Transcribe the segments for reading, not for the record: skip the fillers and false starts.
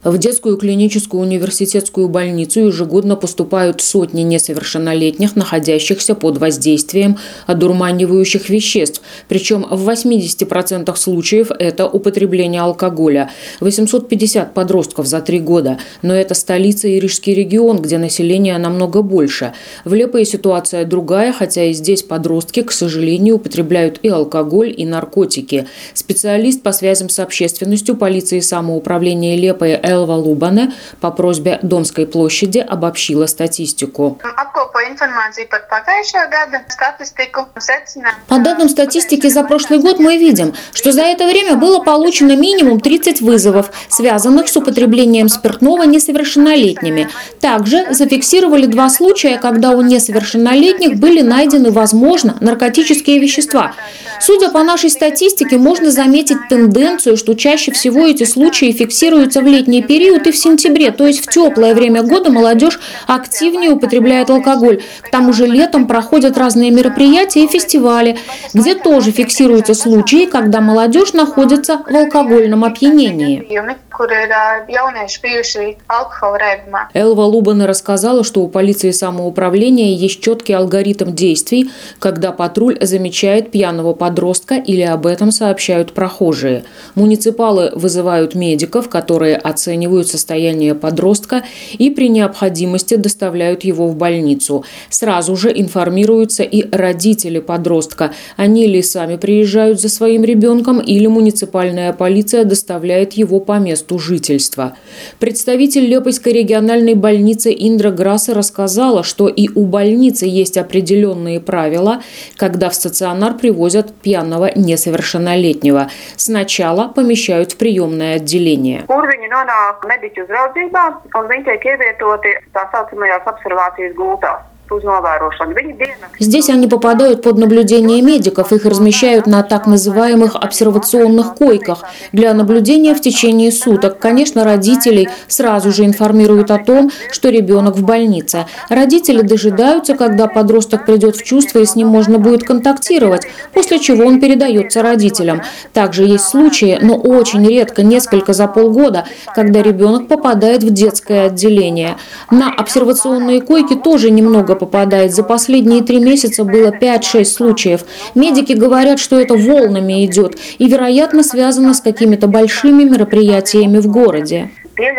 В детскую клиническую университетскую больницу ежегодно поступают сотни несовершеннолетних, находящихся под воздействием одурманивающих веществ. Причем в 80% случаев это употребление алкоголя. 850 подростков за 3 года. Но это столица и Рижский регион, где население намного больше. В Лепое ситуация другая, хотя и здесь подростки, к сожалению, употребляют и алкоголь, и наркотики. Специалист по связям с общественностью полиции самоуправления Лепое Elva Lubane по просьбе Домской площади обобщила статистику. По данным статистики за прошлый год мы видим, что за это время было получено минимум 30 вызовов, связанных с употреблением спиртного несовершеннолетними. Также зафиксировали 2 случая, когда у несовершеннолетних были найдены, возможно, наркотические вещества. Судя по нашей статистике, можно заметить тенденцию, что чаще всего эти случаи фиксируются в летний период и в сентябре, то есть в теплое время года молодежь активнее употребляет алкоголь. К тому же летом проходят разные мероприятия и фестивали, где тоже фиксируются случаи, когда молодежь находится в алкогольном опьянении. Elva Lubane рассказала, что у полиции самоуправления есть четкий алгоритм действий, когда патруль замечает пьяного подростка или об этом сообщают прохожие. Муниципалы вызывают медиков, которые оценивают состояние подростка и при необходимости доставляют его в больницу. Сразу же информируются и родители подростка. Они или сами приезжают за своим ребенком, или муниципальная полиция доставляет его по месту жительства. Представитель Лепойской региональной больницы Индра Грасса рассказала, что и у больницы есть определенные правила, когда в стационар привозят пьяного несовершеннолетнего. Сначала помещают в приемное отделение. Здесь они попадают под наблюдение медиков, их размещают на так называемых обсервационных койках для наблюдения в течение суток. Конечно, родителей сразу же информируют о том, что ребенок в больнице. Родители дожидаются, когда подросток придет в чувство и с ним можно будет контактировать, после чего он передается родителям. Также есть случаи, но очень редко, несколько за полгода, когда ребенок попадает в детское отделение. На обсервационные койки тоже немного попадает. За последние 3 месяца было 5-6 случаев. Медики говорят, что это волнами идет и, вероятно, связано с какими-то большими мероприятиями в городе.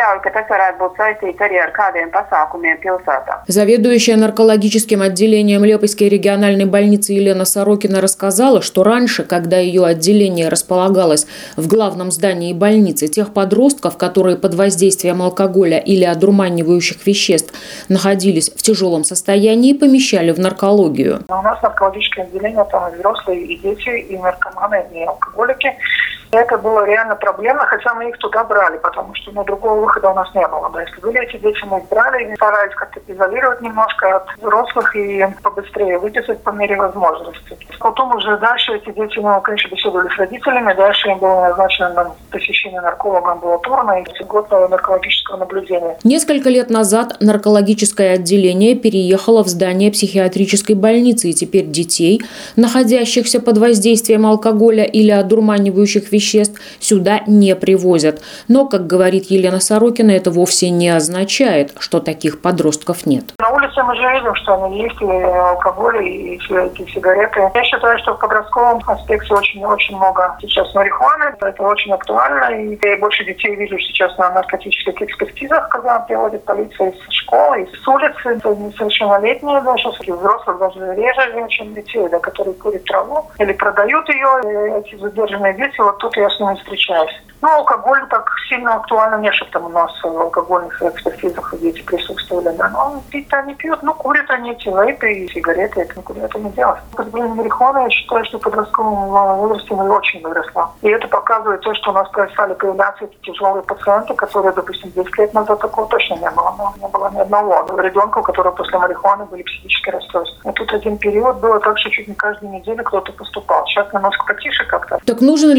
Заведующая наркологическим отделением Лепойской региональной больницы Елена Сорокина рассказала, что раньше, когда ее отделение располагалось в главном здании больницы, тех подростков, которые под воздействием алкоголя или одурманивающих веществ находились в тяжелом состоянии, помещали в наркологию. У нас наркологическое отделение, там и взрослые, и дети, и наркоманы, и алкоголики. Это было реально проблемно, хотя мы их туда брали, потому что другого выхода у нас не было. Да. Если были эти дети, мы их брали и старались как-то изолировать немножко от взрослых и побыстрее выписать по мере возможности. Потом уже дальше эти дети, конечно, беседовали с родителями, дальше им было назначено посещение нарколога амбулаторно и год наркологического наблюдения. Несколько лет назад наркологическое отделение переехало в здание психиатрической больницы, и теперь детей, находящихся под воздействием алкоголя или одурманивающих веществ, сюда не привозят. Но, как говорит Елена Сорокина, это вовсе не означает, что таких подростков нет. На улице мы же видим, что они есть, и алкоголь, и сигареты. Я считаю, что в подростковом аспекте очень много сейчас марихуаны. Это очень актуально. И я больше детей вижу сейчас на наркотических экспертизах, когда приводит полиция из школы, из улицы. Это несовершеннолетние, да, сейчас и взрослых даже реже, чем детей, да, которые курят траву или продают ее. Эти задержанные дети, вот тут я с ними встречаюсь. Алкоголь так сильно актуально не, что там у нас в алкогольных экспертизах дети присутствовали. Да. Но пить-то они пьют, курят они эти вейпы и сигареты, это никуда это не делать. Употребление марихуаны, я считаю, что в подростковом возрасте очень выросло. И это показывает то, что у нас стали появляться эти тяжелые пациенты, которые, допустим, 10 лет назад такого точно не было. Не было ни одного ребенка, у которого после марихуаны были психические расстройства. И тут один период было так, что чуть не каждую неделю кто-то поступал. Сейчас немножко потише как-то. Так нужен ли в Лепое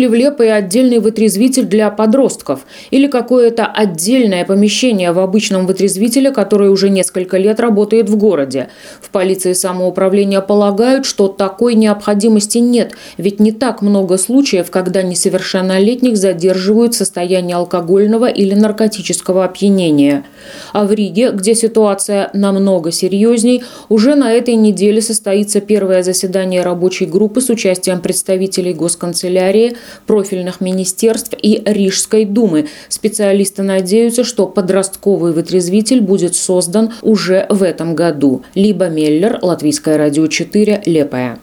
и отдельный вытрезвитель для подростков или какое-то отдельное помещение в обычном вытрезвителе, который уже несколько лет работает в городе. В полиции самоуправления полагают, что такой необходимости нет, ведь не так много случаев, когда несовершеннолетних задерживают в состоянии алкогольного или наркотического опьянения. А в Риге, где ситуация намного серьезней, уже на этой неделе состоится первое заседание рабочей группы с участием представителей госканцелярии, профильных министерств и Рижской думы. Специалисты надеются, что подростковый вытрезвитель будет создан уже в этом году. Либа Меллер, Латвийское радио 4, Лепая.